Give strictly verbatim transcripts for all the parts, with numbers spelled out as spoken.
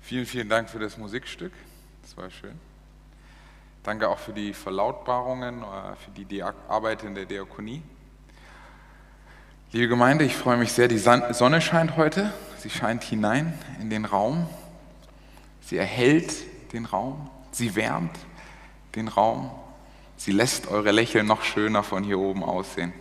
Vielen, vielen Dank für das Musikstück. Das war schön. Danke auch für die Verlautbarungen, für die Dia- Arbeit in der Diakonie. Liebe Gemeinde, ich freue mich sehr, die Sonne scheint heute. Sie scheint hinein in den Raum. Sie erhellt den Raum. Sie wärmt den Raum. Sie lässt eure Lächeln noch schöner von hier oben aussehen.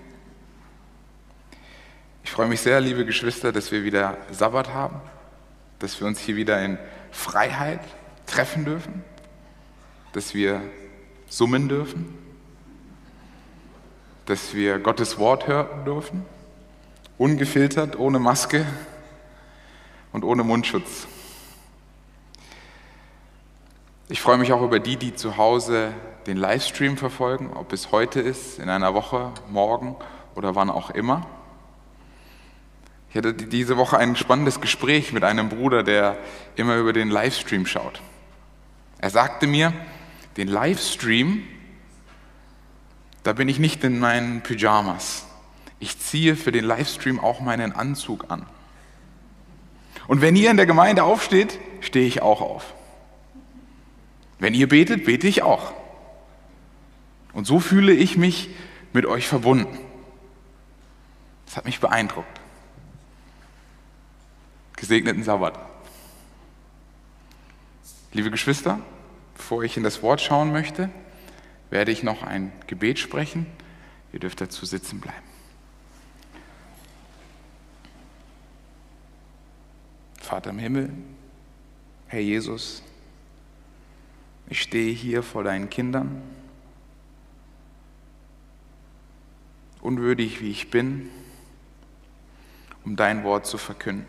Ich freue mich sehr, liebe Geschwister, dass wir wieder Sabbat haben, dass wir uns hier wieder in Freiheit treffen dürfen, dass wir summen dürfen, dass wir Gottes Wort hören dürfen, ungefiltert, ohne Maske und ohne Mundschutz. Ich freue mich auch über die, die zu Hause den Livestream verfolgen, ob es heute ist, in einer Woche, morgen oder wann auch immer. Ich hatte diese Woche ein spannendes Gespräch mit einem Bruder, der immer über den Livestream schaut. Er sagte mir, den Livestream, da bin ich nicht in meinen Pyjamas. Ich ziehe für den Livestream auch meinen Anzug an. Und wenn ihr in der Gemeinde aufsteht, stehe ich auch auf. Wenn ihr betet, bete ich auch. Und so fühle ich mich mit euch verbunden. Das hat mich beeindruckt. Gesegneten Sabbat. Liebe Geschwister, bevor ich in das Wort schauen möchte, werde ich noch ein Gebet sprechen. Ihr dürft dazu sitzen bleiben. Vater im Himmel, Herr Jesus, ich stehe hier vor deinen Kindern, unwürdig wie ich bin, um dein Wort zu verkünden.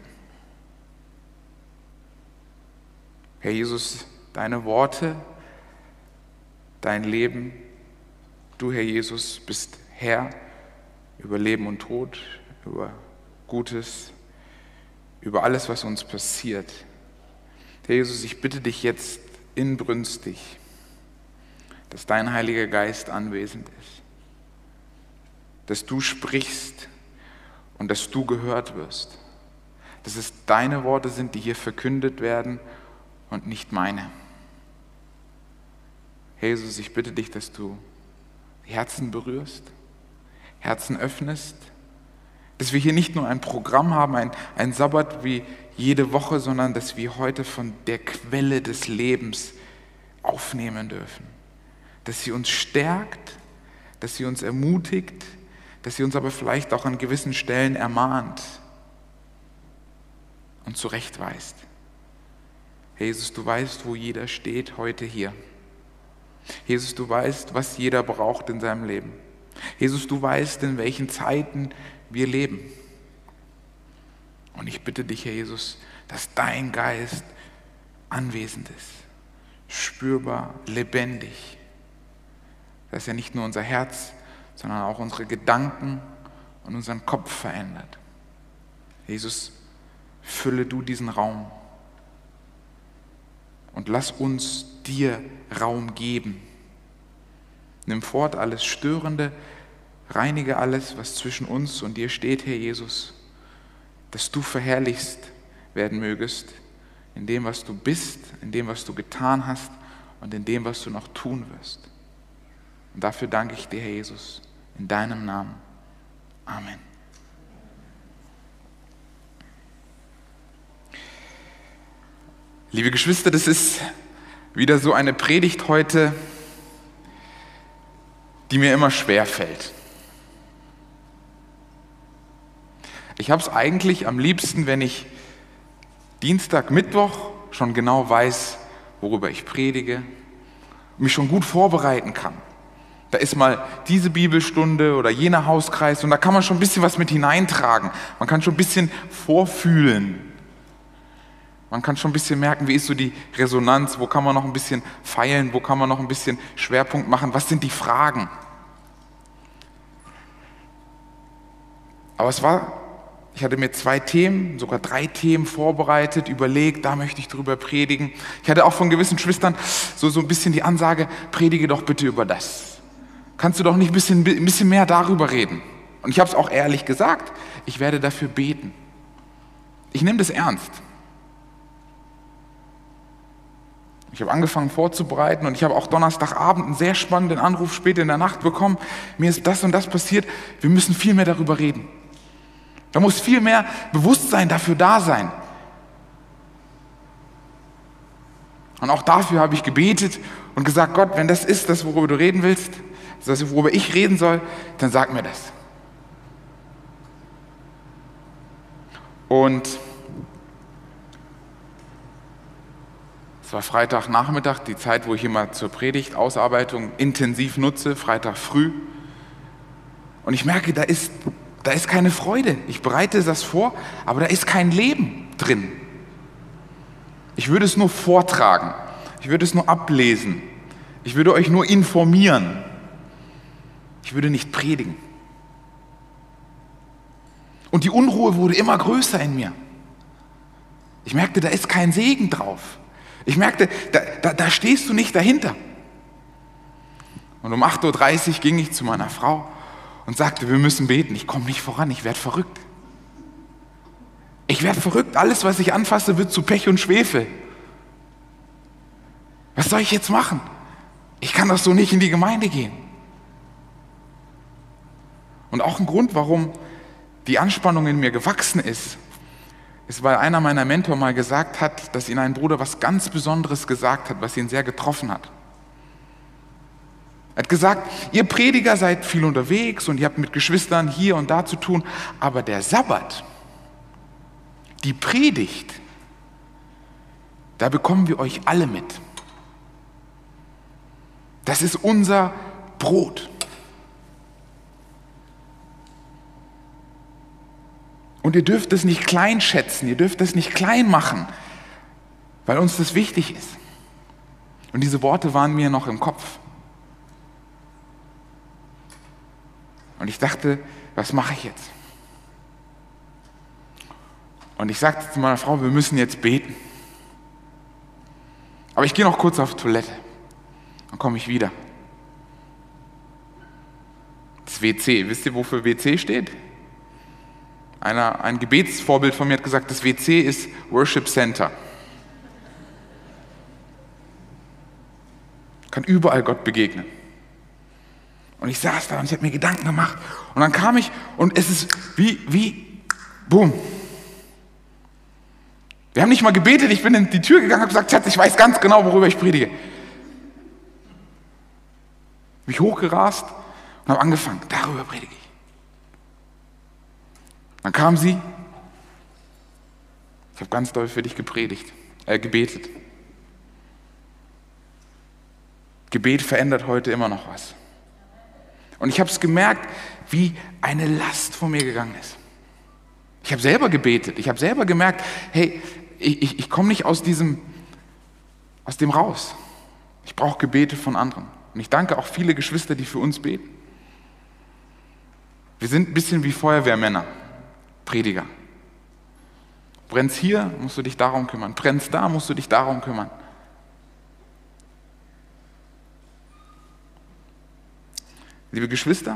Herr Jesus, deine Worte, dein Leben, du, Herr Jesus, bist Herr über Leben und Tod, über Gutes, über alles, was uns passiert. Herr Jesus, ich bitte dich jetzt inbrünstig, dass dein Heiliger Geist anwesend ist, dass du sprichst und dass du gehört wirst, dass es deine Worte sind, die hier verkündet werden und nicht meine. Herr Jesus, ich bitte dich, dass du Herzen berührst, Herzen öffnest, dass wir hier nicht nur ein Programm haben, ein, ein Sabbat wie jede Woche, sondern dass wir heute von der Quelle des Lebens aufnehmen dürfen. Dass sie uns stärkt, dass sie uns ermutigt, dass sie uns aber vielleicht auch an gewissen Stellen ermahnt und zurechtweist. Jesus, du weißt, wo jeder steht heute hier. Jesus, du weißt, was jeder braucht in seinem Leben. Jesus, du weißt, in welchen Zeiten wir leben. Und ich bitte dich, Herr Jesus, dass dein Geist anwesend ist, spürbar, lebendig, dass er nicht nur unser Herz, sondern auch unsere Gedanken und unseren Kopf verändert. Jesus, fülle du diesen Raum. Und lass uns dir Raum geben. Nimm fort alles Störende, reinige alles, was zwischen uns und dir steht, Herr Jesus, dass du verherrlichst werden mögest in dem, was du bist, in dem, was du getan hast und in dem, was du noch tun wirst. Und dafür danke ich dir, Herr Jesus, in deinem Namen. Amen. Liebe Geschwister, das ist wieder so eine Predigt heute, die mir immer schwer fällt. Ich habe es eigentlich am liebsten, wenn ich Dienstag, Mittwoch schon genau weiß, worüber ich predige und mich schon gut vorbereiten kann. Da ist mal diese Bibelstunde oder jener Hauskreis und da kann man schon ein bisschen was mit hineintragen. Man kann schon ein bisschen vorfühlen. Man kann schon ein bisschen merken, wie ist so die Resonanz, wo kann man noch ein bisschen feilen, wo kann man noch ein bisschen Schwerpunkt machen, was sind die Fragen. Aber es war, ich hatte mir zwei Themen, sogar drei Themen vorbereitet, überlegt, da möchte ich drüber predigen. Ich hatte auch von gewissen Schwestern so, so ein bisschen die Ansage, predige doch bitte über das. Kannst du doch nicht ein bisschen, ein bisschen mehr darüber reden? Und ich habe es auch ehrlich gesagt, ich werde dafür beten. Ich nehme das ernst. Ich habe angefangen vorzubereiten und ich habe auch Donnerstagabend einen sehr spannenden Anruf später in der Nacht bekommen. Mir ist das und das passiert. Wir müssen viel mehr darüber reden. Da muss viel mehr Bewusstsein dafür da sein. Und auch dafür habe ich gebetet und gesagt, Gott, wenn das ist, das, worüber du reden willst, das, worüber ich reden soll, dann sag mir das. Und es war Freitagnachmittag, die Zeit, wo ich immer zur Predigtausarbeitung intensiv nutze, Freitag früh. Und ich merke, da ist, da ist keine Freude. Ich bereite das vor, aber da ist kein Leben drin. Ich würde es nur vortragen. Ich würde es nur ablesen. Ich würde euch nur informieren. Ich würde nicht predigen. Und die Unruhe wurde immer größer in mir. Ich merkte, da ist kein Segen drauf. Ich merkte, da, da, da stehst du nicht dahinter. Und um acht Uhr dreißig ging ich zu meiner Frau und sagte, wir müssen beten. Ich komme nicht voran, ich werde verrückt. Ich werde verrückt. Alles, was ich anfasse, wird zu Pech und Schwefel. Was soll ich jetzt machen? Ich kann doch so nicht in die Gemeinde gehen. Und auch ein Grund, warum die Anspannung in mir gewachsen ist, ist, weil einer meiner Mentor mal gesagt hat, dass ihn ein Bruder was ganz Besonderes gesagt hat, was ihn sehr getroffen hat. Er hat gesagt, ihr Prediger seid viel unterwegs und ihr habt mit Geschwistern hier und da zu tun, aber der Sabbat, die Predigt, da bekommen wir euch alle mit. Das ist unser Brot. Und ihr dürft es nicht klein schätzen, ihr dürft es nicht klein machen, weil uns das wichtig ist. Und diese Worte waren mir noch im Kopf. Und ich dachte, was mache ich jetzt? Und ich sagte zu meiner Frau, wir müssen jetzt beten. Aber ich gehe noch kurz auf Toilette. Dann komme ich wieder. Das W C, wisst ihr, wofür W C steht? Einer, ein Gebetsvorbild von mir hat gesagt, das W C ist Worship Center. Kann überall Gott begegnen. Und ich saß da und ich habe mir Gedanken gemacht. Und dann kam ich und es ist wie, wie, boom. Wir haben nicht mal gebetet, ich bin in die Tür gegangen und habe gesagt, Schatz, ich weiß ganz genau, worüber ich predige. Bin ich hochgerast und habe angefangen, darüber predige ich. Dann kam sie, ich habe ganz doll für dich gepredigt, äh, gebetet. Gebet verändert heute immer noch was. Und ich habe es gemerkt, wie eine Last von mir gegangen ist. Ich habe selber gebetet, ich habe selber gemerkt, hey, ich, ich, ich komme nicht aus diesem, aus dem raus. Ich brauche Gebete von anderen. Und ich danke auch viele Geschwister, die für uns beten. Wir sind ein bisschen wie Feuerwehrmänner, Prediger. Brennst hier, musst du dich darum kümmern. Brennst da, musst du dich darum kümmern. Liebe Geschwister,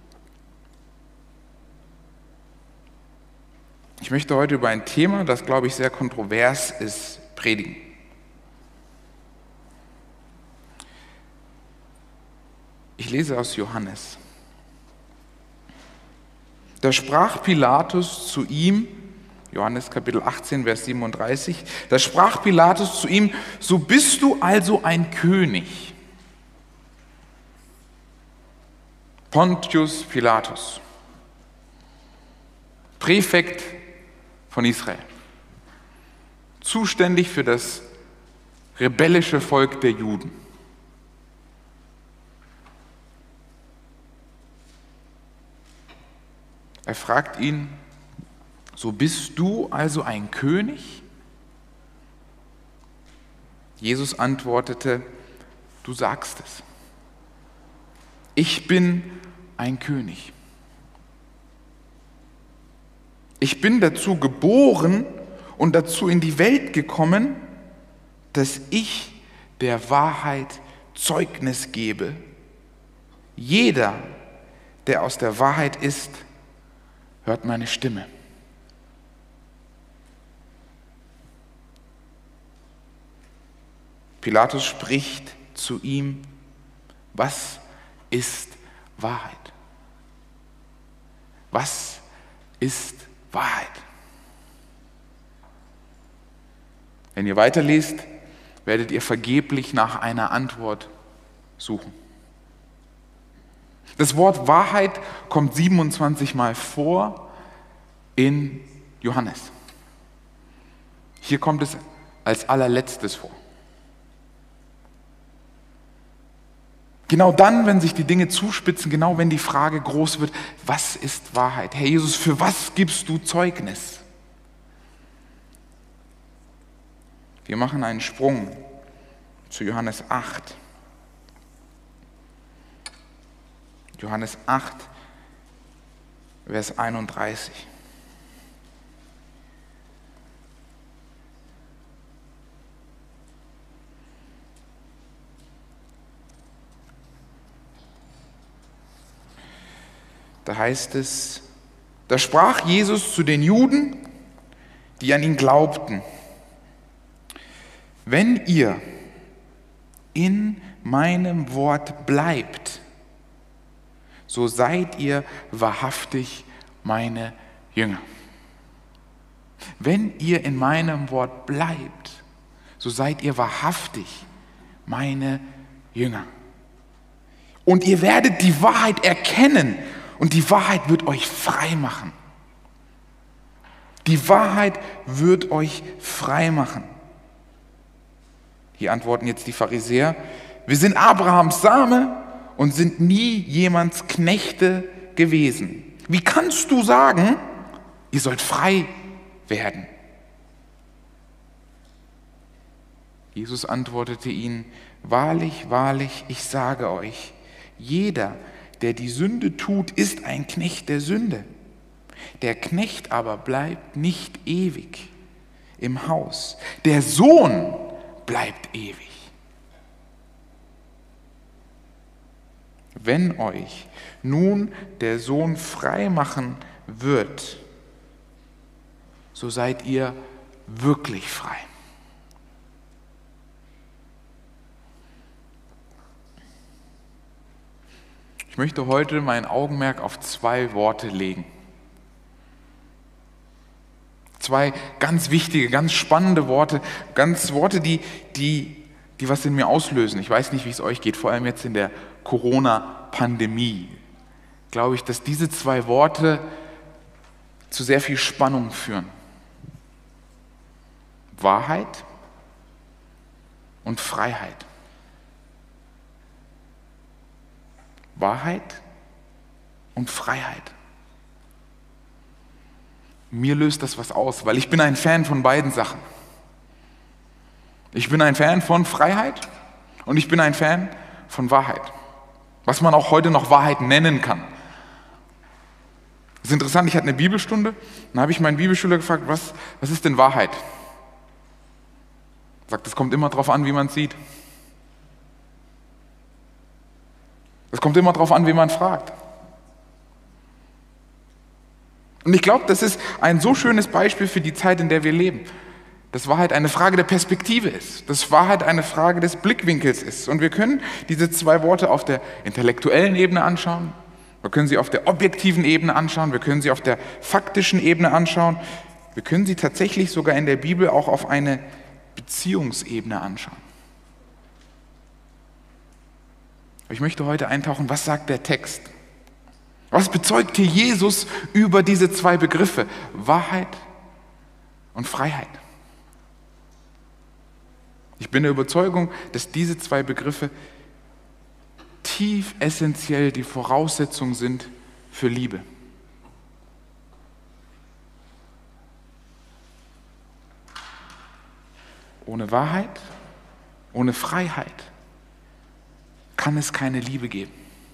ich möchte heute über ein Thema, das, glaube ich, sehr kontrovers ist, predigen. Ich lese aus Johannes. Da sprach Pilatus zu ihm, Johannes Kapitel achtzehn, Vers siebenunddreißig, da sprach Pilatus zu ihm, so bist du also ein König. Pontius Pilatus, Präfekt von Israel, zuständig für das rebellische Volk der Juden. Er fragt ihn, so bist du also ein König? Jesus antwortete, du sagst es. Ich bin ein König. Ich bin dazu geboren und dazu in die Welt gekommen, dass ich der Wahrheit Zeugnis gebe. Jeder, der aus der Wahrheit ist, hört meine Stimme. Pilatus spricht zu ihm: Was ist Wahrheit? Was ist Wahrheit? Wenn ihr weiterlest, werdet ihr vergeblich nach einer Antwort suchen. Das Wort Wahrheit kommt siebenundzwanzig Mal vor in Johannes. Hier kommt es als allerletztes vor. Genau dann, wenn sich die Dinge zuspitzen, genau wenn die Frage groß wird: Was ist Wahrheit? Herr Jesus, für was gibst du Zeugnis? Wir machen einen Sprung zu Johannes acht. Johannes acht, Vers einunddreißig. Da heißt es: Da sprach Jesus zu den Juden, die an ihn glaubten: Wenn ihr in meinem Wort bleibt, so seid ihr wahrhaftig meine Jünger. Wenn ihr in meinem Wort bleibt, so seid ihr wahrhaftig meine Jünger. Und ihr werdet die Wahrheit erkennen, und die Wahrheit wird euch frei machen. Die Wahrheit wird euch frei machen. Hier antworten jetzt die Pharisäer: Wir sind Abrahams Same und sind nie jemands Knechte gewesen. Wie kannst du sagen, ihr sollt frei werden? Jesus antwortete ihnen: Wahrlich, wahrlich, ich sage euch, jeder, der die Sünde tut, ist ein Knecht der Sünde. Der Knecht aber bleibt nicht ewig im Haus. Der Sohn bleibt ewig. Wenn euch nun der Sohn frei machen wird, so seid ihr wirklich frei. Ich möchte heute mein Augenmerk auf zwei Worte legen. Zwei ganz wichtige, ganz spannende Worte, ganz Worte, die, die, die was in mir auslösen. Ich weiß nicht, wie es euch geht, vor allem jetzt in der Corona-Pandemie. Glaube ich, dass diese zwei Worte zu sehr viel Spannung führen. Wahrheit und Freiheit. Wahrheit und Freiheit. Mir löst das was aus, weil ich bin ein Fan von beiden Sachen. Ich bin ein Fan von Freiheit und ich bin ein Fan von Wahrheit. Was man auch heute noch Wahrheit nennen kann. Das ist interessant, ich hatte eine Bibelstunde, dann habe ich meinen Bibelschüler gefragt, was, was ist denn Wahrheit? Er sagt, es kommt immer darauf an, wie man es sieht. Es kommt immer darauf an, wie man fragt. Und ich glaube, das ist ein so schönes Beispiel für die Zeit, in der wir leben. Dass Wahrheit eine Frage der Perspektive ist. Dass Wahrheit eine Frage des Blickwinkels ist. Und wir können diese zwei Worte auf der intellektuellen Ebene anschauen. Wir können sie auf der objektiven Ebene anschauen. Wir können sie auf der faktischen Ebene anschauen. Wir können sie tatsächlich sogar in der Bibel auch auf eine Beziehungsebene anschauen. Ich möchte heute eintauchen, was sagt der Text? Was bezeugt hier Jesus über diese zwei Begriffe, Wahrheit und Freiheit? Ich bin der Überzeugung, dass diese zwei Begriffe tief essentiell die Voraussetzung sind für Liebe. Ohne Wahrheit, ohne Freiheit kann es keine Liebe geben.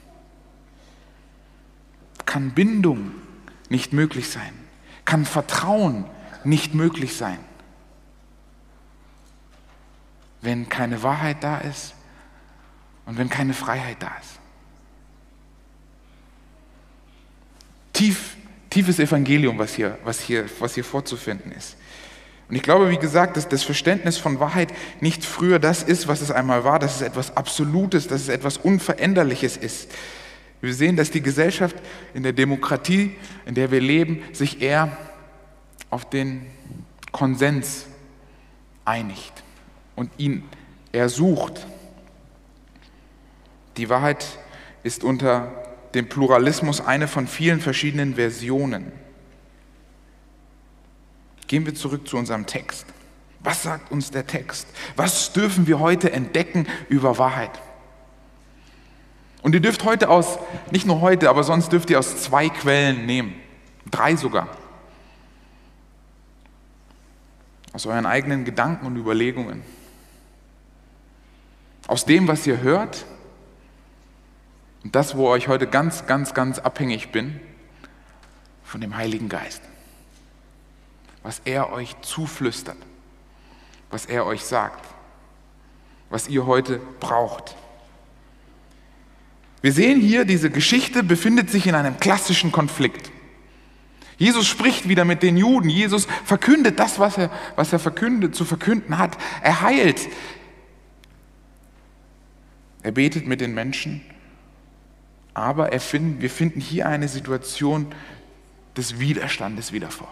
Kann Bindung nicht möglich sein. Kann Vertrauen nicht möglich sein. Wenn keine Wahrheit da ist und wenn keine Freiheit da ist. Tief, tiefes Evangelium, was hier, was hier, was hier vorzufinden ist. Und ich glaube, wie gesagt, dass das Verständnis von Wahrheit nicht früher das ist, was es einmal war, dass es etwas Absolutes, dass es etwas Unveränderliches ist. Wir sehen, dass die Gesellschaft in der Demokratie, in der wir leben, sich eher auf den Konsens einigt und ihn ersucht. Die Wahrheit ist unter dem Pluralismus eine von vielen verschiedenen Versionen. Gehen wir zurück zu unserem Text. Was sagt uns der Text? Was dürfen wir heute entdecken über Wahrheit? Und ihr dürft heute aus, nicht nur heute, aber sonst dürft ihr aus zwei Quellen nehmen. Drei sogar. Aus euren eigenen Gedanken und Überlegungen. Aus dem, was ihr hört. Und das, wo ich heute ganz, ganz, ganz abhängig bin, von dem Heiligen Geist. Was er euch zuflüstert, was er euch sagt, was ihr heute braucht. Wir sehen hier, diese Geschichte befindet sich in einem klassischen Konflikt. Jesus spricht wieder mit den Juden, Jesus verkündet das, was er, was er verkündet, zu verkünden hat. Er heilt, er betet mit den Menschen, aber er find, wir finden hier eine Situation des Widerstandes wieder vor.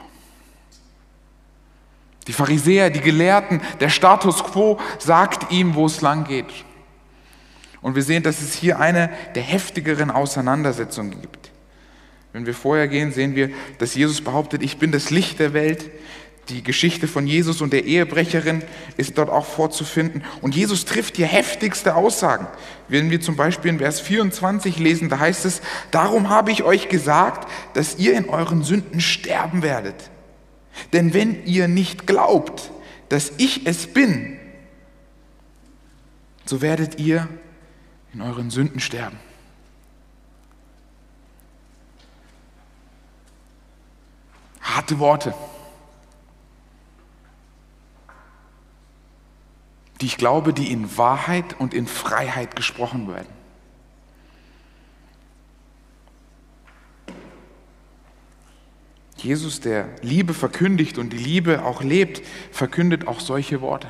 Die Pharisäer, die Gelehrten, der Status quo sagt ihm, wo es lang geht. Und wir sehen, dass es hier eine der heftigeren Auseinandersetzungen gibt. Wenn wir vorher gehen, sehen wir, dass Jesus behauptet, ich bin das Licht der Welt. Die Geschichte von Jesus und der Ehebrecherin ist dort auch vorzufinden. Und Jesus trifft hier heftigste Aussagen. Wenn wir zum Beispiel in Vers vierundzwanzig lesen, da heißt es, darum habe ich euch gesagt, dass ihr in euren Sünden sterben werdet. Denn wenn ihr nicht glaubt, dass ich es bin, so werdet ihr in euren Sünden sterben. Harte Worte, die ich glaube, die in Wahrheit und in Freiheit gesprochen werden. Jesus, der Liebe verkündigt und die Liebe auch lebt, verkündet auch solche Worte.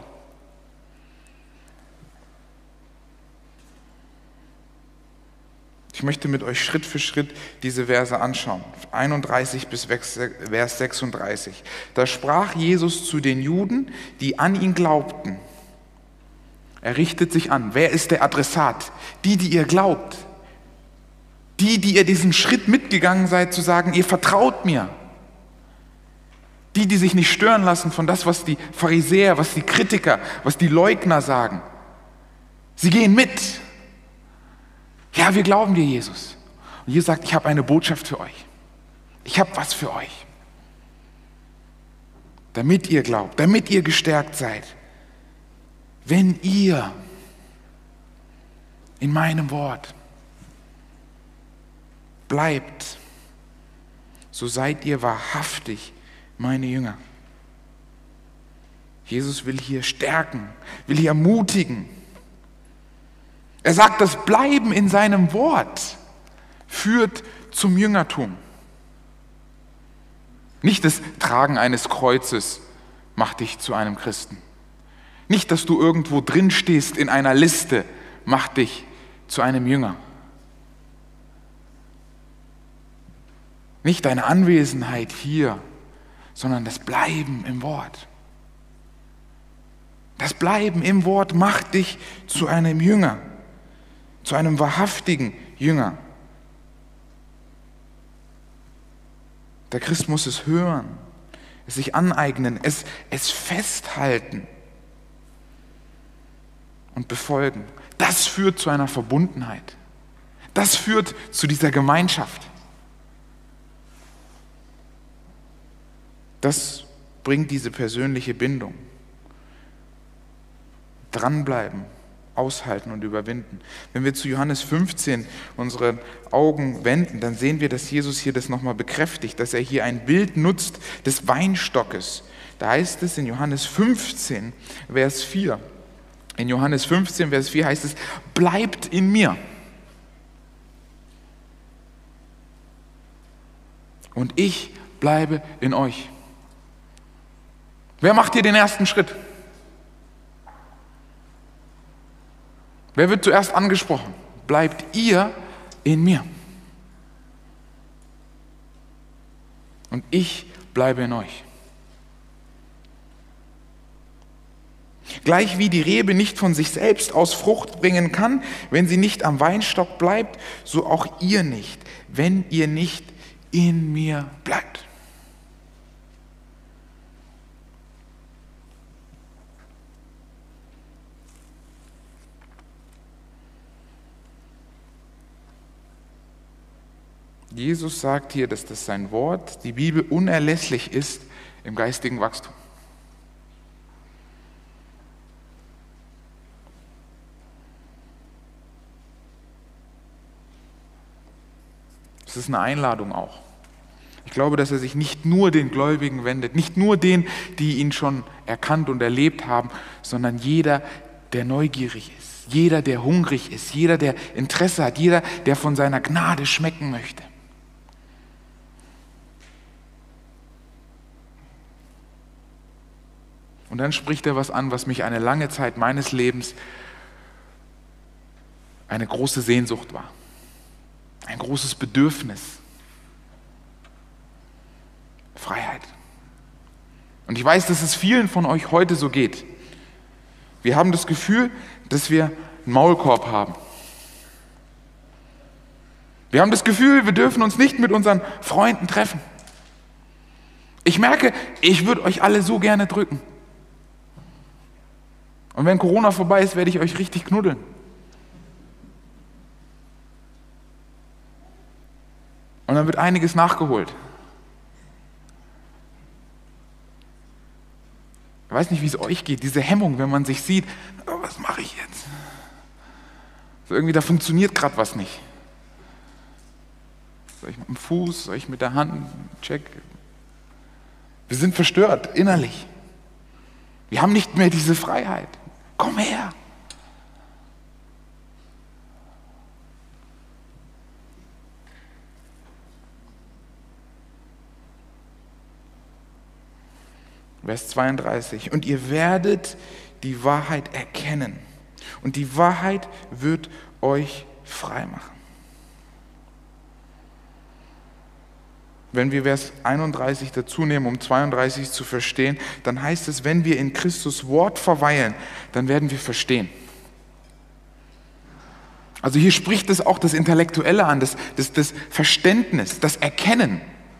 Ich möchte mit euch Schritt für Schritt diese Verse anschauen. einunddreißig bis Vers sechsunddreißig. Da sprach Jesus zu den Juden, die an ihn glaubten. Er richtet sich an. Wer ist der Adressat? Die, die ihr glaubt. Die, die ihr diesen Schritt mitgegangen seid, zu sagen, ihr vertraut mir. Die, die sich nicht stören lassen von das, was die Pharisäer, was die Kritiker, was die Leugner sagen. Sie gehen mit. Ja, wir glauben dir, Jesus. Und Jesus sagt, ich habe eine Botschaft für euch. Ich habe was für euch. Damit ihr glaubt, damit ihr gestärkt seid. Wenn ihr in meinem Wort bleibt, so seid ihr wahrhaftig meine Jünger. Jesus will hier stärken, will hier ermutigen. Er sagt, das Bleiben in seinem Wort führt zum Jüngertum. Nicht das Tragen eines Kreuzes macht dich zu einem Christen. Nicht, dass du irgendwo drin stehst in einer Liste, macht dich zu einem Jünger. Nicht deine Anwesenheit hier, sondern das Bleiben im Wort. Das Bleiben im Wort macht dich zu einem Jünger, zu einem wahrhaftigen Jünger. Der Christ muss es hören, es sich aneignen, es, es festhalten und befolgen. Das führt zu einer Verbundenheit. Das führt zu dieser Gemeinschaft. Das bringt diese persönliche Bindung. Dranbleiben, aushalten und überwinden. Wenn wir zu Johannes fünfzehn unsere Augen wenden, dann sehen wir, dass Jesus hier das nochmal bekräftigt, dass er hier ein Bild nutzt des Weinstockes. Da heißt es in Johannes fünfzehn, Vers vier. In Johannes fünfzehn, Vers vier heißt es, bleibt in mir. Und ich bleibe in euch. Wer macht hier den ersten Schritt? Wer wird zuerst angesprochen? Bleibt ihr in mir. Und ich bleibe in euch. Gleich wie die Rebe nicht von sich selbst aus Frucht bringen kann, wenn sie nicht am Weinstock bleibt, so auch ihr nicht, wenn ihr nicht in mir bleibt. Jesus sagt hier, dass das sein Wort, die Bibel, unerlässlich ist im geistigen Wachstum. Es ist eine Einladung auch. Ich glaube, dass er sich nicht nur den Gläubigen wendet, nicht nur denen, die ihn schon erkannt und erlebt haben, sondern jeder, der neugierig ist, jeder, der hungrig ist, jeder, der Interesse hat, jeder, der von seiner Gnade schmecken möchte. Und dann spricht er was an, was mich eine lange Zeit meines Lebens eine große Sehnsucht war. Ein großes Bedürfnis. Freiheit. Und ich weiß, dass es vielen von euch heute so geht. Wir haben das Gefühl, dass wir einen Maulkorb haben. Wir haben das Gefühl, wir dürfen uns nicht mit unseren Freunden treffen. Ich merke, ich würde euch alle so gerne drücken. Und wenn Corona vorbei ist, werde ich euch richtig knuddeln. Und dann wird einiges nachgeholt. Ich weiß nicht, wie es euch geht, diese Hemmung, wenn man sich sieht, oh, was mache ich jetzt? So irgendwie, da funktioniert gerade was nicht. Soll ich mit dem Fuß, soll ich mit der Hand? Check. Wir sind verstört, innerlich. Wir haben nicht mehr diese Freiheit. Komm her. Vers zweiunddreißig. Und ihr werdet die Wahrheit erkennen. Und die Wahrheit wird euch frei machen. Wenn wir Vers einunddreißig dazu nehmen, um zweiunddreißig zu verstehen, dann heißt es, wenn wir in Christus Wort verweilen, dann werden wir verstehen. Also hier spricht es auch das Intellektuelle an, das, das, das Verständnis, das Erkennen.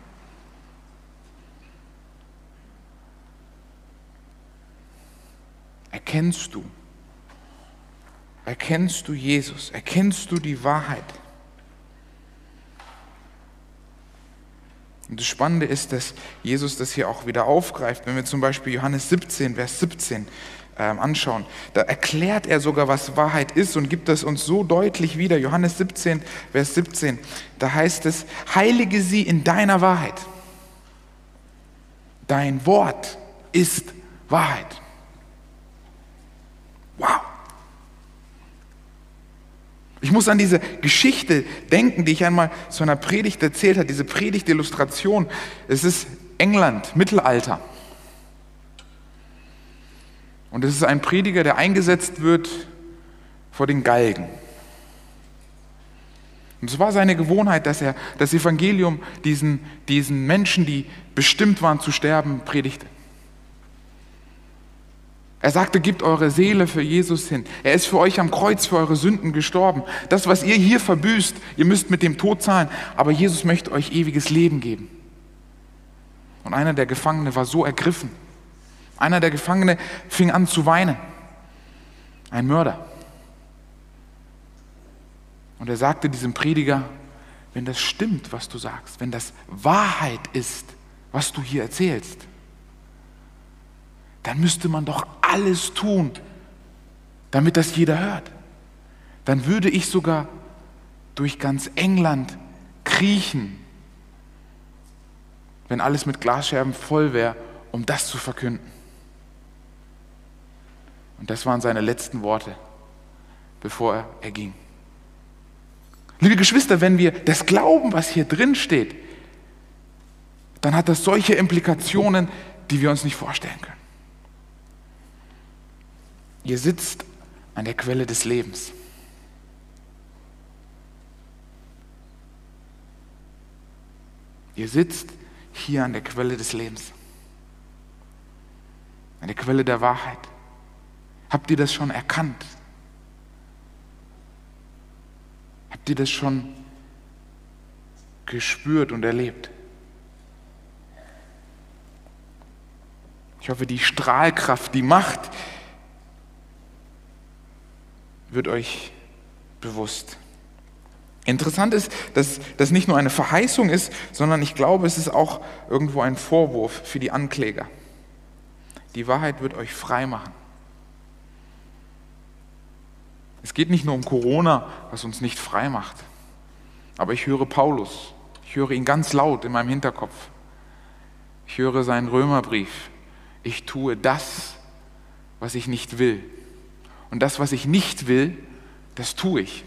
Erkennst du? Erkennst du Jesus? Erkennst du die Wahrheit? Und das Spannende ist, dass Jesus das hier auch wieder aufgreift. Wenn wir zum Beispiel Johannes siebzehn, Vers siebzehn ähm, anschauen, da erklärt er sogar, was Wahrheit ist und gibt das uns so deutlich wieder. Johannes siebzehn, Vers siebzehn, da heißt es, heilige sie in deiner Wahrheit. Dein Wort ist Wahrheit. Wow! Ich muss an diese Geschichte denken, die ich einmal zu einer Predigt erzählt habe, diese Predigtillustration. Es ist England, Mittelalter. Und es ist ein Prediger, der eingesetzt wird vor den Galgen. Und es war seine Gewohnheit, dass er das Evangelium diesen, diesen Menschen, die bestimmt waren zu sterben, predigte. Er sagte, gebt eure Seele für Jesus hin. Er ist für euch am Kreuz für eure Sünden gestorben. Das, was ihr hier verbüßt, ihr müsst mit dem Tod zahlen, aber Jesus möchte euch ewiges Leben geben. Und einer der Gefangenen war so ergriffen. Einer der Gefangenen fing an zu weinen. Ein Mörder. Und er sagte diesem Prediger, wenn das stimmt, was du sagst, wenn das Wahrheit ist, was du hier erzählst, dann müsste man doch alles tun, damit das jeder hört. Dann würde ich sogar durch ganz England kriechen, wenn alles mit Glasscherben voll wäre, um das zu verkünden. Und das waren seine letzten Worte, bevor er, er ging. Liebe Geschwister, wenn wir das glauben, was hier drin steht, dann hat das solche Implikationen, die wir uns nicht vorstellen können. Ihr sitzt an der Quelle des Lebens. Ihr sitzt hier an der Quelle des Lebens. An der Quelle der Wahrheit. Habt ihr das schon erkannt? Habt ihr das schon gespürt und erlebt? Ich hoffe, die Strahlkraft, die Macht wird euch bewusst. Interessant ist, dass das nicht nur eine Verheißung ist, sondern ich glaube, es ist auch irgendwo ein Vorwurf für die Ankläger. Die Wahrheit wird euch frei machen. Es geht nicht nur um Corona, was uns nicht frei macht. Aber ich höre Paulus, ich höre ihn ganz laut in meinem Hinterkopf. Ich höre seinen Römerbrief. Ich tue das, was ich nicht will. Und das, was ich nicht will, das tue ich.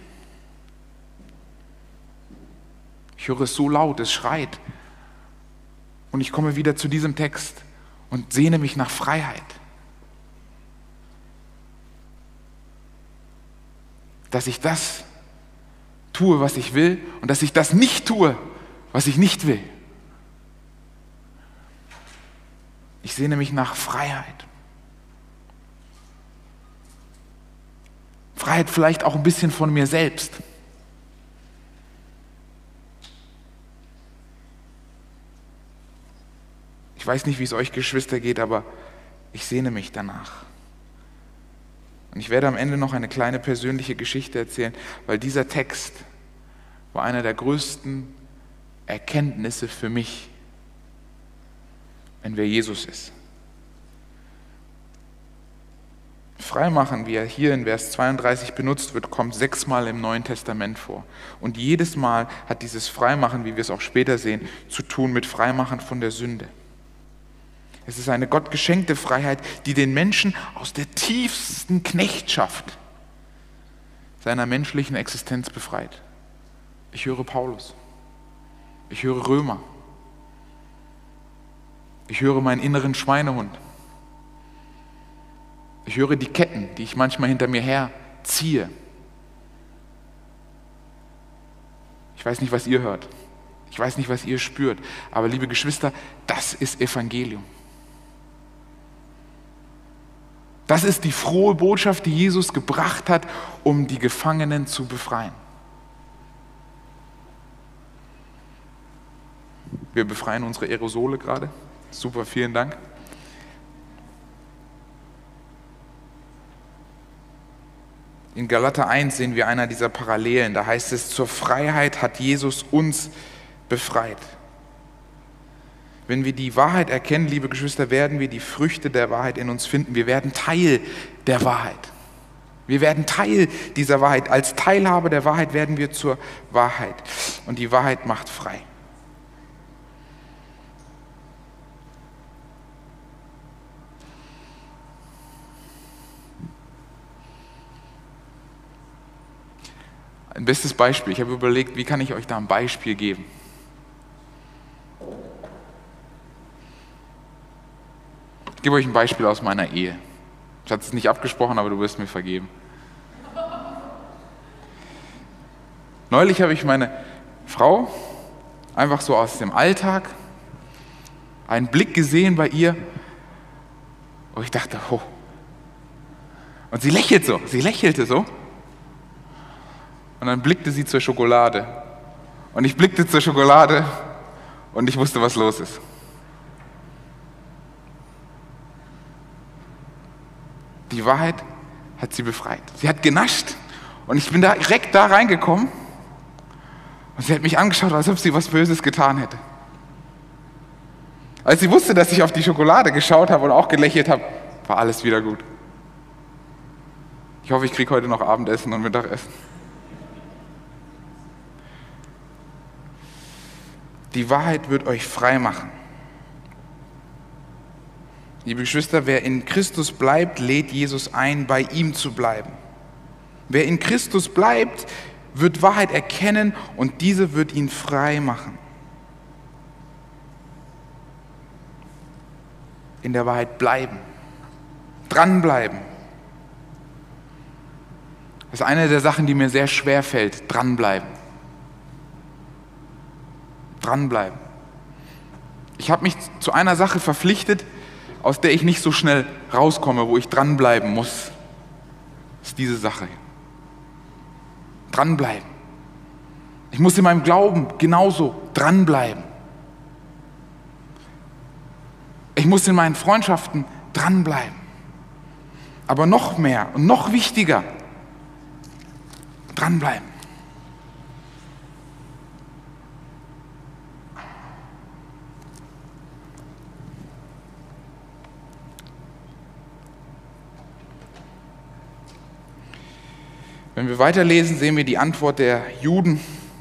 Ich höre es so laut, es schreit. Und ich komme wieder zu diesem Text und sehne mich nach Freiheit. Dass ich das tue, was ich will, und dass ich das nicht tue, was ich nicht will. Ich sehne mich nach Freiheit. Freiheit vielleicht auch ein bisschen von mir selbst. Ich weiß nicht, wie es euch Geschwister geht, aber ich sehne mich danach. Und ich werde am Ende noch eine kleine persönliche Geschichte erzählen, weil dieser Text war einer der größten Erkenntnisse für mich, wenn wer Jesus ist. Freimachen, wie er hier in Vers zweiunddreißig benutzt wird, kommt sechsmal im Neuen Testament vor. Und jedes Mal hat dieses Freimachen, wie wir es auch später sehen, zu tun mit Freimachen von der Sünde. Es ist eine gottgeschenkte Freiheit, die den Menschen aus der tiefsten Knechtschaft seiner menschlichen Existenz befreit. Ich höre Paulus. Ich höre Römer. Ich höre meinen inneren Schweinehund. Ich höre die Ketten, die ich manchmal hinter mir herziehe. Ich weiß nicht, was ihr hört. Ich weiß nicht, was ihr spürt. Aber liebe Geschwister, das ist Evangelium. Das ist die frohe Botschaft, die Jesus gebracht hat, um die Gefangenen zu befreien. Wir befreien unsere Aerosole gerade. Super, vielen Dank. In Galater eins sehen wir einer dieser Parallelen. Da heißt es, zur Freiheit hat Jesus uns befreit. Wenn wir die Wahrheit erkennen, liebe Geschwister, werden wir die Früchte der Wahrheit in uns finden. Wir werden Teil der Wahrheit. Wir werden Teil dieser Wahrheit. Als Teilhabe der Wahrheit werden wir zur Wahrheit. Und die Wahrheit macht frei. Ein bestes Beispiel. Ich habe überlegt, wie kann ich euch da ein Beispiel geben? Ich gebe euch ein Beispiel aus meiner Ehe. Ich hatte es nicht abgesprochen, aber du wirst mir vergeben. Neulich habe ich meine Frau einfach so aus dem Alltag einen Blick gesehen bei ihr, wo ich dachte, oh. Und sie lächelt so, sie lächelte so. Und dann blickte sie zur Schokolade. Und ich blickte zur Schokolade und ich wusste, was los ist. Die Wahrheit hat sie befreit. Sie hat genascht und ich bin da direkt da reingekommen und sie hat mich angeschaut, als ob sie was Böses getan hätte. Als sie wusste, dass ich auf die Schokolade geschaut habe und auch gelächelt habe, war alles wieder gut. Ich hoffe, ich kriege heute noch Abendessen und Mittagessen. Die Wahrheit wird euch frei machen. Liebe Geschwister, wer in Christus bleibt, lädt Jesus ein, bei ihm zu bleiben. Wer in Christus bleibt, wird Wahrheit erkennen und diese wird ihn frei machen. In der Wahrheit bleiben, dranbleiben, Das ist eine der Sachen, die mir sehr schwer fällt. Dranbleiben. Dranbleiben. Ich habe mich zu einer Sache verpflichtet, aus der ich nicht so schnell rauskomme, wo ich dranbleiben muss. Das ist diese Sache. Dranbleiben. Ich muss in meinem Glauben genauso dranbleiben. Ich muss in meinen Freundschaften dranbleiben. Aber noch mehr und noch wichtiger, dranbleiben. Wenn wir weiterlesen, sehen wir die Antwort der Juden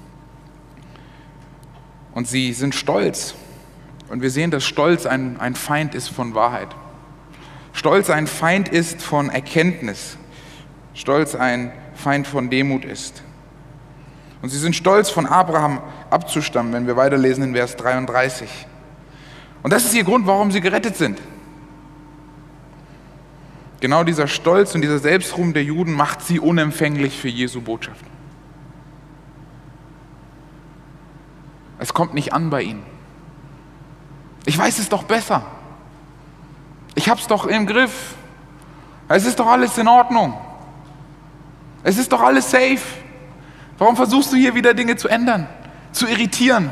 und sie sind stolz. Und wir sehen, dass Stolz ein, ein Feind ist von Wahrheit. Stolz ein Feind ist von Erkenntnis. Stolz ein Feind von Demut ist. Und sie sind stolz, von Abraham abzustammen, wenn wir weiterlesen in Vers dreiunddreißig. Und das ist ihr Grund, warum sie gerettet sind. Genau dieser Stolz und dieser Selbstruhm der Juden macht sie unempfänglich für Jesu Botschaft. Es kommt nicht an bei ihnen. Ich weiß es doch besser. Ich hab's doch im Griff. Es ist doch alles in Ordnung. Es ist doch alles safe. Warum versuchst du hier wieder Dinge zu ändern, zu irritieren?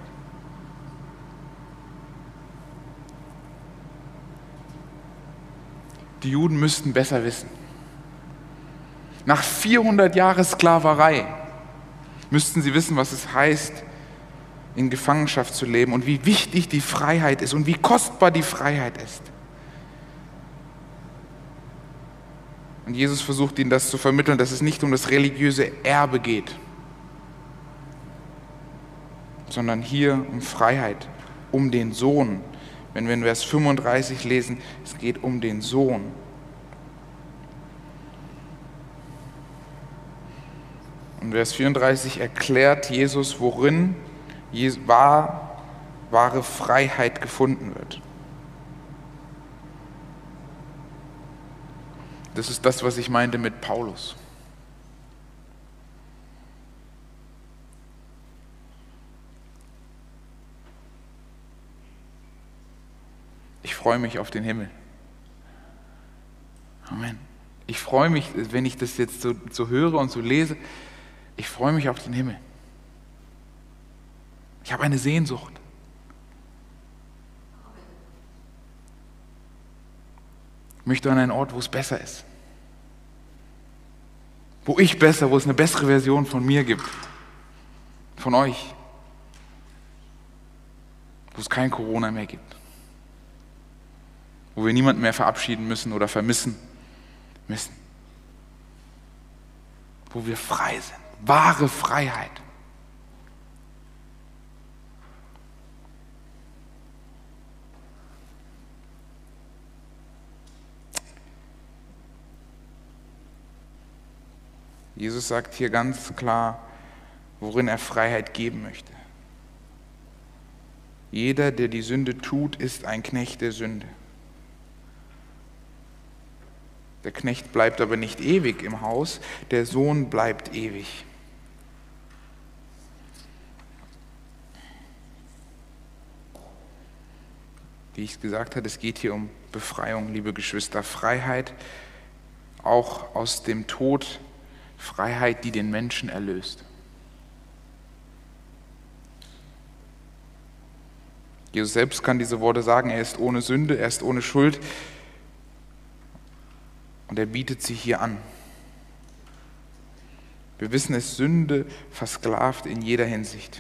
Die Juden müssten besser wissen. Nach vierhundert Jahren Sklaverei müssten sie wissen, was es heißt, in Gefangenschaft zu leben und wie wichtig die Freiheit ist und wie kostbar die Freiheit ist. Und Jesus versucht ihnen das zu vermitteln, dass es nicht um das religiöse Erbe geht, sondern hier um Freiheit, um den Sohn. Wenn wir in Vers fünfunddreißig lesen, es geht um den Sohn. Und Vers vierunddreißig erklärt Jesus, worin wahr, wahre Freiheit gefunden wird. Das ist das, was ich meinte mit Paulus. Ich freue mich auf den Himmel. Amen. Ich freue mich, wenn ich das jetzt so, so höre und so lese, ich freue mich auf den Himmel. Ich habe eine Sehnsucht. Ich möchte an einen Ort, wo es besser ist. Wo ich besser, wo es eine bessere Version von mir gibt. Von euch. Wo es kein Corona mehr gibt. Wo wir niemanden mehr verabschieden müssen oder vermissen müssen. Wo wir frei sind. Wahre Freiheit. Jesus sagt hier ganz klar, worin er Freiheit geben möchte. Jeder, der die Sünde tut, ist ein Knecht der Sünde. Der Knecht bleibt aber nicht ewig im Haus, der Sohn bleibt ewig. Wie ich es gesagt habe, es geht hier um Befreiung, liebe Geschwister. Freiheit auch aus dem Tod, Freiheit, die den Menschen erlöst. Jesus selbst kann diese Worte sagen, er ist ohne Sünde, er ist ohne Schuld und er bietet sie hier an. Wir wissen es, Sünde versklavt in jeder Hinsicht.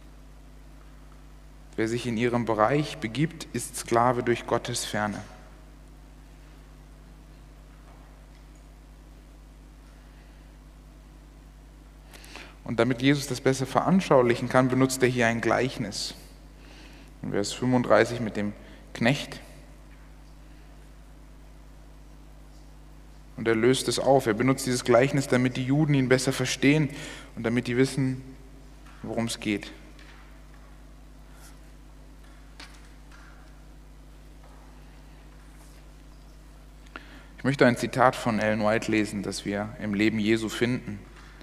Wer sich in ihrem Bereich begibt, ist Sklave durch Gottes Ferne. Und damit Jesus das besser veranschaulichen kann, benutzt er hier ein Gleichnis. In Vers fünfunddreißig mit dem Knecht. Und er löst es auf. Er benutzt dieses Gleichnis, damit die Juden ihn besser verstehen und damit die wissen, worum es geht. Ich möchte ein Zitat von Ellen White lesen, das wir im Leben Jesu finden.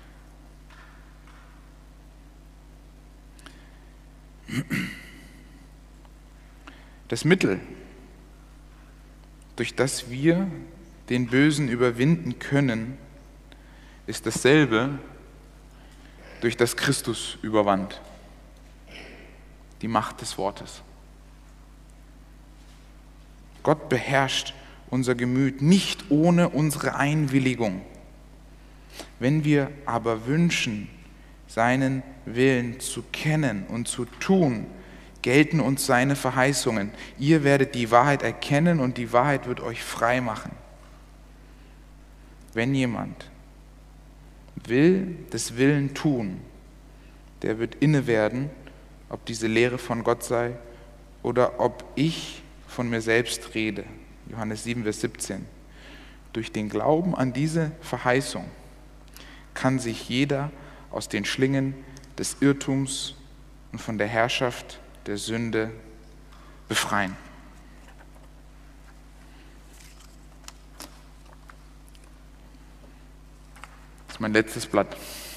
Das Mittel, durch das wir den Bösen überwinden können, ist dasselbe, durch das Christus überwand. Die Macht des Wortes. Gott beherrscht unser Gemüt nicht ohne unsere Einwilligung. Wenn wir aber wünschen, seinen Willen zu kennen und zu tun, gelten uns seine Verheißungen. Ihr werdet die Wahrheit erkennen und die Wahrheit wird euch frei machen. Wenn jemand will des Willen tun, der wird inne werden, ob diese Lehre von Gott sei oder ob ich von mir selbst rede. Johannes sieben, Vers siebzehn. Durch den Glauben an diese Verheißung kann sich jeder aus den Schlingen des Irrtums und von der Herrschaft der Sünde befreien. Das ist mein letztes Blatt.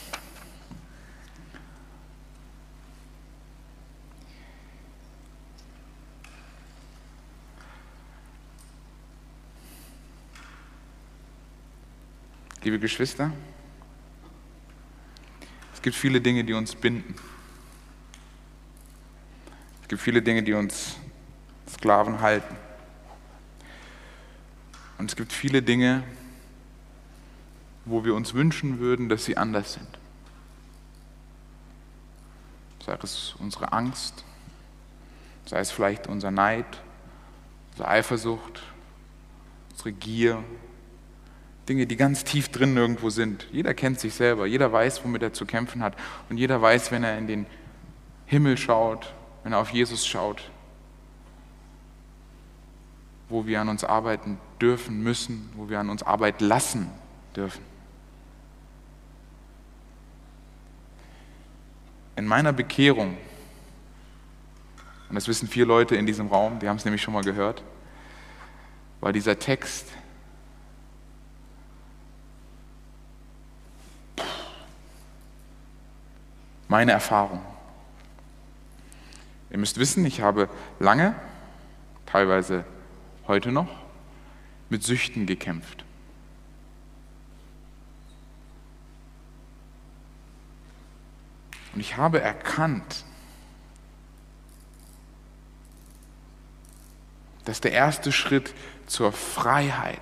Liebe Geschwister, es gibt viele Dinge, die uns binden. Es gibt viele Dinge, die uns Sklaven halten. Und es gibt viele Dinge, wo wir uns wünschen würden, dass sie anders sind. Sei es unsere Angst, sei es vielleicht unser Neid, unsere Eifersucht, unsere Gier, Dinge, die ganz tief drin irgendwo sind. Jeder kennt sich selber, jeder weiß, womit er zu kämpfen hat. Und jeder weiß, wenn er in den Himmel schaut, wenn er auf Jesus schaut, wo wir an uns arbeiten dürfen, müssen, wo wir an uns arbeiten lassen dürfen. In meiner Bekehrung, und das wissen vier Leute in diesem Raum, die haben es nämlich schon mal gehört, war dieser Text meine Erfahrung. Ihr müsst wissen, ich habe lange, teilweise heute noch, mit Süchten gekämpft. Und ich habe erkannt, dass der erste Schritt zur Freiheit,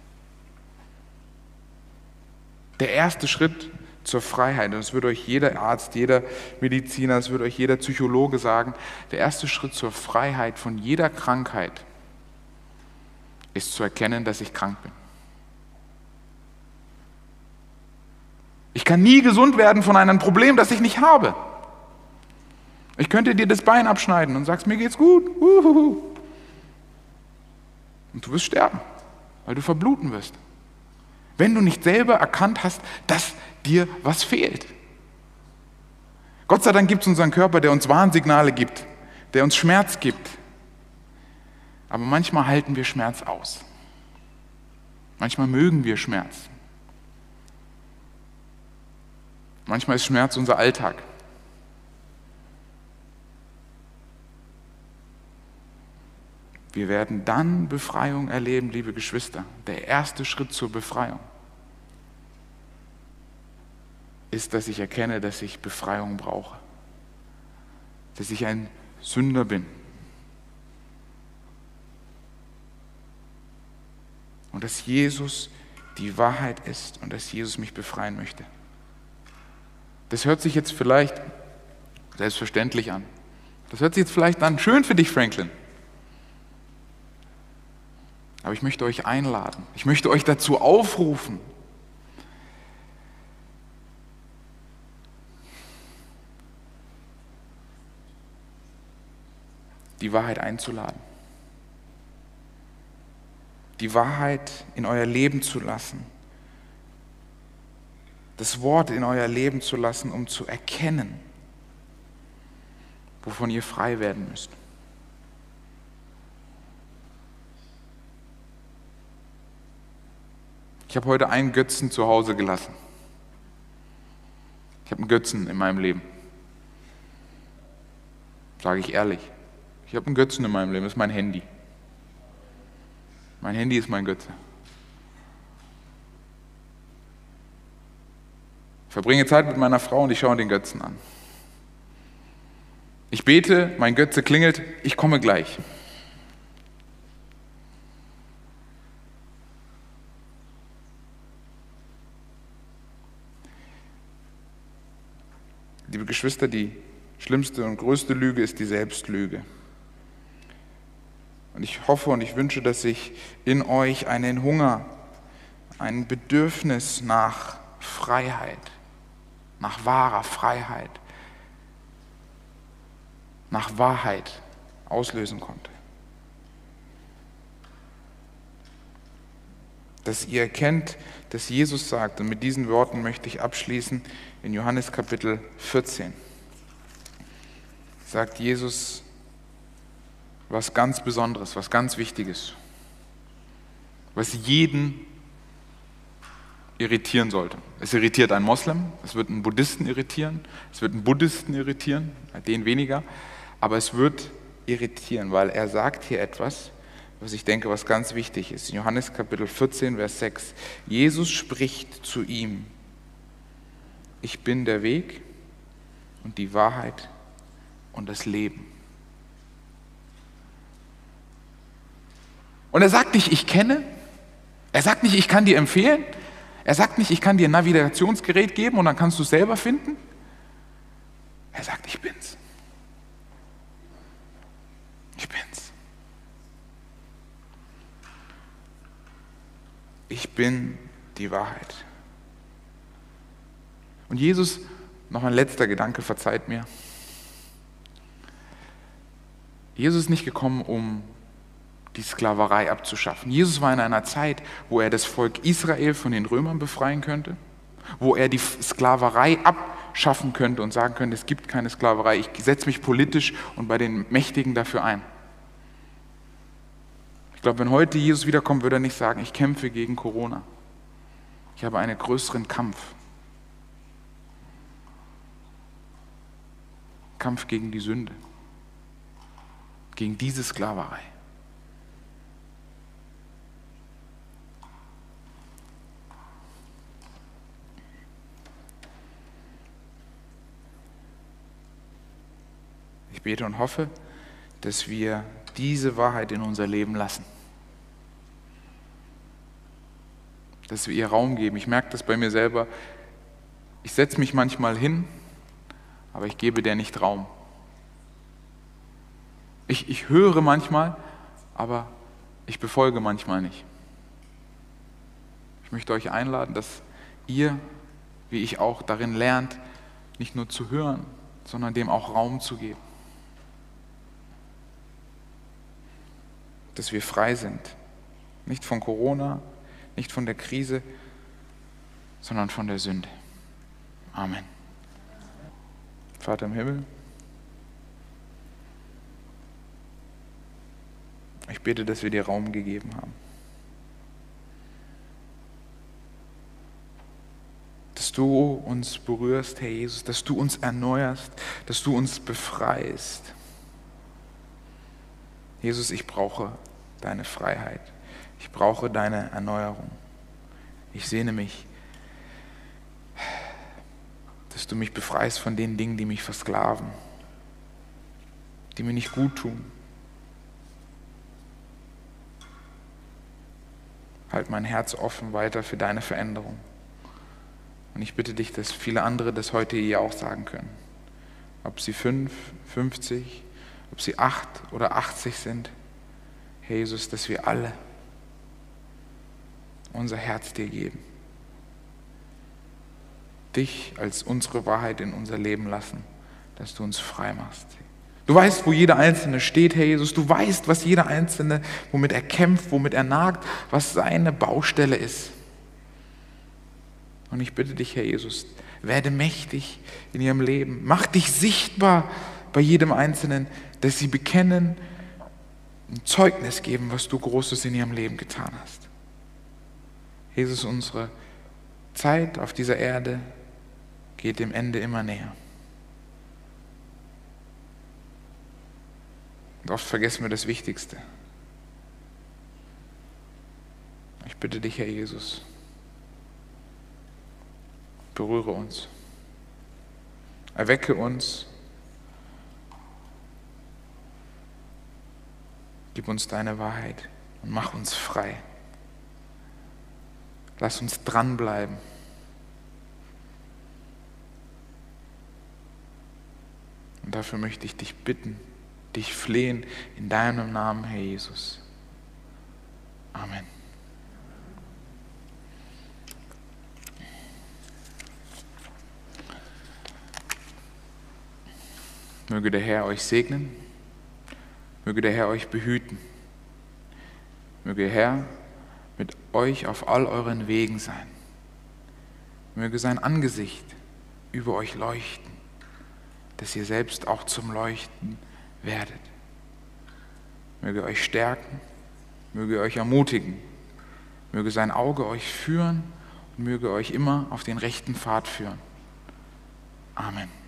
der erste Schritt zur Freiheit, und das wird euch jeder Arzt, jeder Mediziner, das wird euch jeder Psychologe sagen, der erste Schritt zur Freiheit von jeder Krankheit ist zu erkennen, dass ich krank bin. Ich kann nie gesund werden von einem Problem, das ich nicht habe. Ich könnte dir das Bein abschneiden und sagst, mir geht's gut. Uhuhu. Und du wirst sterben, weil du verbluten wirst. Wenn du nicht selber erkannt hast, dass dir was fehlt. Gott sei Dank gibt es unseren Körper, der uns Warnsignale gibt, der uns Schmerz gibt. Aber manchmal halten wir Schmerz aus. Manchmal mögen wir Schmerz. Manchmal ist Schmerz unser Alltag. Wir werden dann Befreiung erleben, liebe Geschwister. Der erste Schritt zur Befreiung ist, dass ich erkenne, dass ich Befreiung brauche. Dass ich ein Sünder bin. Und dass Jesus die Wahrheit ist und dass Jesus mich befreien möchte. Das hört sich jetzt vielleicht selbstverständlich an. Das hört sich jetzt vielleicht an, schön für dich, Franklin. Aber ich möchte euch einladen. Ich möchte euch dazu aufrufen, die Wahrheit einzuladen. Die Wahrheit in euer Leben zu lassen. Das Wort in euer Leben zu lassen, um zu erkennen, wovon ihr frei werden müsst. Ich habe heute einen Götzen zu Hause gelassen. Ich habe einen Götzen in meinem Leben. Sage ich ehrlich. Ich habe einen Götzen in meinem Leben, das ist mein Handy. Mein Handy ist mein Götze. Ich verbringe Zeit mit meiner Frau und ich schaue den Götzen an. Ich bete, mein Götze klingelt, ich komme gleich. Liebe Geschwister, die schlimmste und größte Lüge ist die Selbstlüge. Und ich hoffe und ich wünsche, dass sich in euch einen Hunger, ein Bedürfnis nach Freiheit, nach wahrer Freiheit, nach Wahrheit auslösen konnte. Dass ihr erkennt, dass Jesus sagt, und mit diesen Worten möchte ich abschließen, in Johannes Kapitel vierzehn, sagt Jesus was ganz Besonderes, was ganz Wichtiges, was jeden irritieren sollte. Es irritiert einen Moslem, es wird einen Buddhisten irritieren, es wird einen Buddhisten irritieren, den weniger, aber es wird irritieren, weil er sagt hier etwas, was ich denke, was ganz wichtig ist. In Johannes Kapitel vierzehn, Vers sechs. Jesus spricht zu ihm: Ich bin der Weg und die Wahrheit und das Leben. Und er sagt nicht, ich kenne. Er sagt nicht, ich kann dir empfehlen. Er sagt nicht, ich kann dir ein Navigationsgerät geben und dann kannst du es selber finden. Er sagt, ich bin's. Ich bin's. Ich bin die Wahrheit. Und Jesus, noch ein letzter Gedanke, verzeiht mir. Jesus ist nicht gekommen, um die Sklaverei abzuschaffen. Jesus war in einer Zeit, wo er das Volk Israel von den Römern befreien könnte, wo er die Sklaverei abschaffen könnte und sagen könnte, es gibt keine Sklaverei, ich setze mich politisch und bei den Mächtigen dafür ein. Ich glaube, wenn heute Jesus wiederkommt, würde er nicht sagen, ich kämpfe gegen Corona. Ich habe einen größeren Kampf. Kampf gegen die Sünde. Gegen diese Sklaverei. Ich bete und hoffe, dass wir diese Wahrheit in unser Leben lassen. Dass wir ihr Raum geben. Ich merke das bei mir selber. Ich setze mich manchmal hin, aber ich gebe der nicht Raum. Ich, ich höre manchmal, aber ich befolge manchmal nicht. Ich möchte euch einladen, dass ihr, wie ich auch, darin lernt, nicht nur zu hören, sondern dem auch Raum zu geben. Dass wir frei sind. Nicht von Corona, nicht von der Krise, sondern von der Sünde. Amen. Vater im Himmel, ich bete, dass wir dir Raum gegeben haben. Dass du uns berührst, Herr Jesus, dass du uns erneuerst, dass du uns befreist. Jesus, ich brauche deine Freiheit. Ich brauche deine Erneuerung. Ich sehne mich, dass du mich befreist von den Dingen, die mich versklaven, die mir nicht gut tun. Halt mein Herz offen weiter für deine Veränderung. Und ich bitte dich, dass viele andere das heute hier auch sagen können. Ob sie fünf, fünfzig, ob sie acht oder achtzig sind. Herr Jesus, dass wir alle unser Herz dir geben. Dich als unsere Wahrheit in unser Leben lassen, dass du uns frei machst. Du weißt, wo jeder Einzelne steht, Herr Jesus. Du weißt, was jeder Einzelne, womit er kämpft, womit er nagt, was seine Baustelle ist. Und ich bitte dich, Herr Jesus, werde mächtig in ihrem Leben. Mach dich sichtbar bei jedem Einzelnen, dass sie bekennen, ein Zeugnis geben, was du Großes in ihrem Leben getan hast. Jesus, unsere Zeit auf dieser Erde geht dem Ende immer näher. Und oft vergessen wir das Wichtigste. Ich bitte dich, Herr Jesus, berühre uns, erwecke uns, gib uns deine Wahrheit und mach uns frei. Lass uns dranbleiben. Und dafür möchte ich dich bitten, dich flehen in deinem Namen, Herr Jesus. Amen. Möge der Herr euch segnen, möge der Herr euch behüten, möge der Herr mit euch auf all euren Wegen sein, möge sein Angesicht über euch leuchten, dass ihr selbst auch zum Leuchten werdet. Möge euch stärken, möge euch ermutigen, möge sein Auge euch führen und möge euch immer auf den rechten Pfad führen. Amen.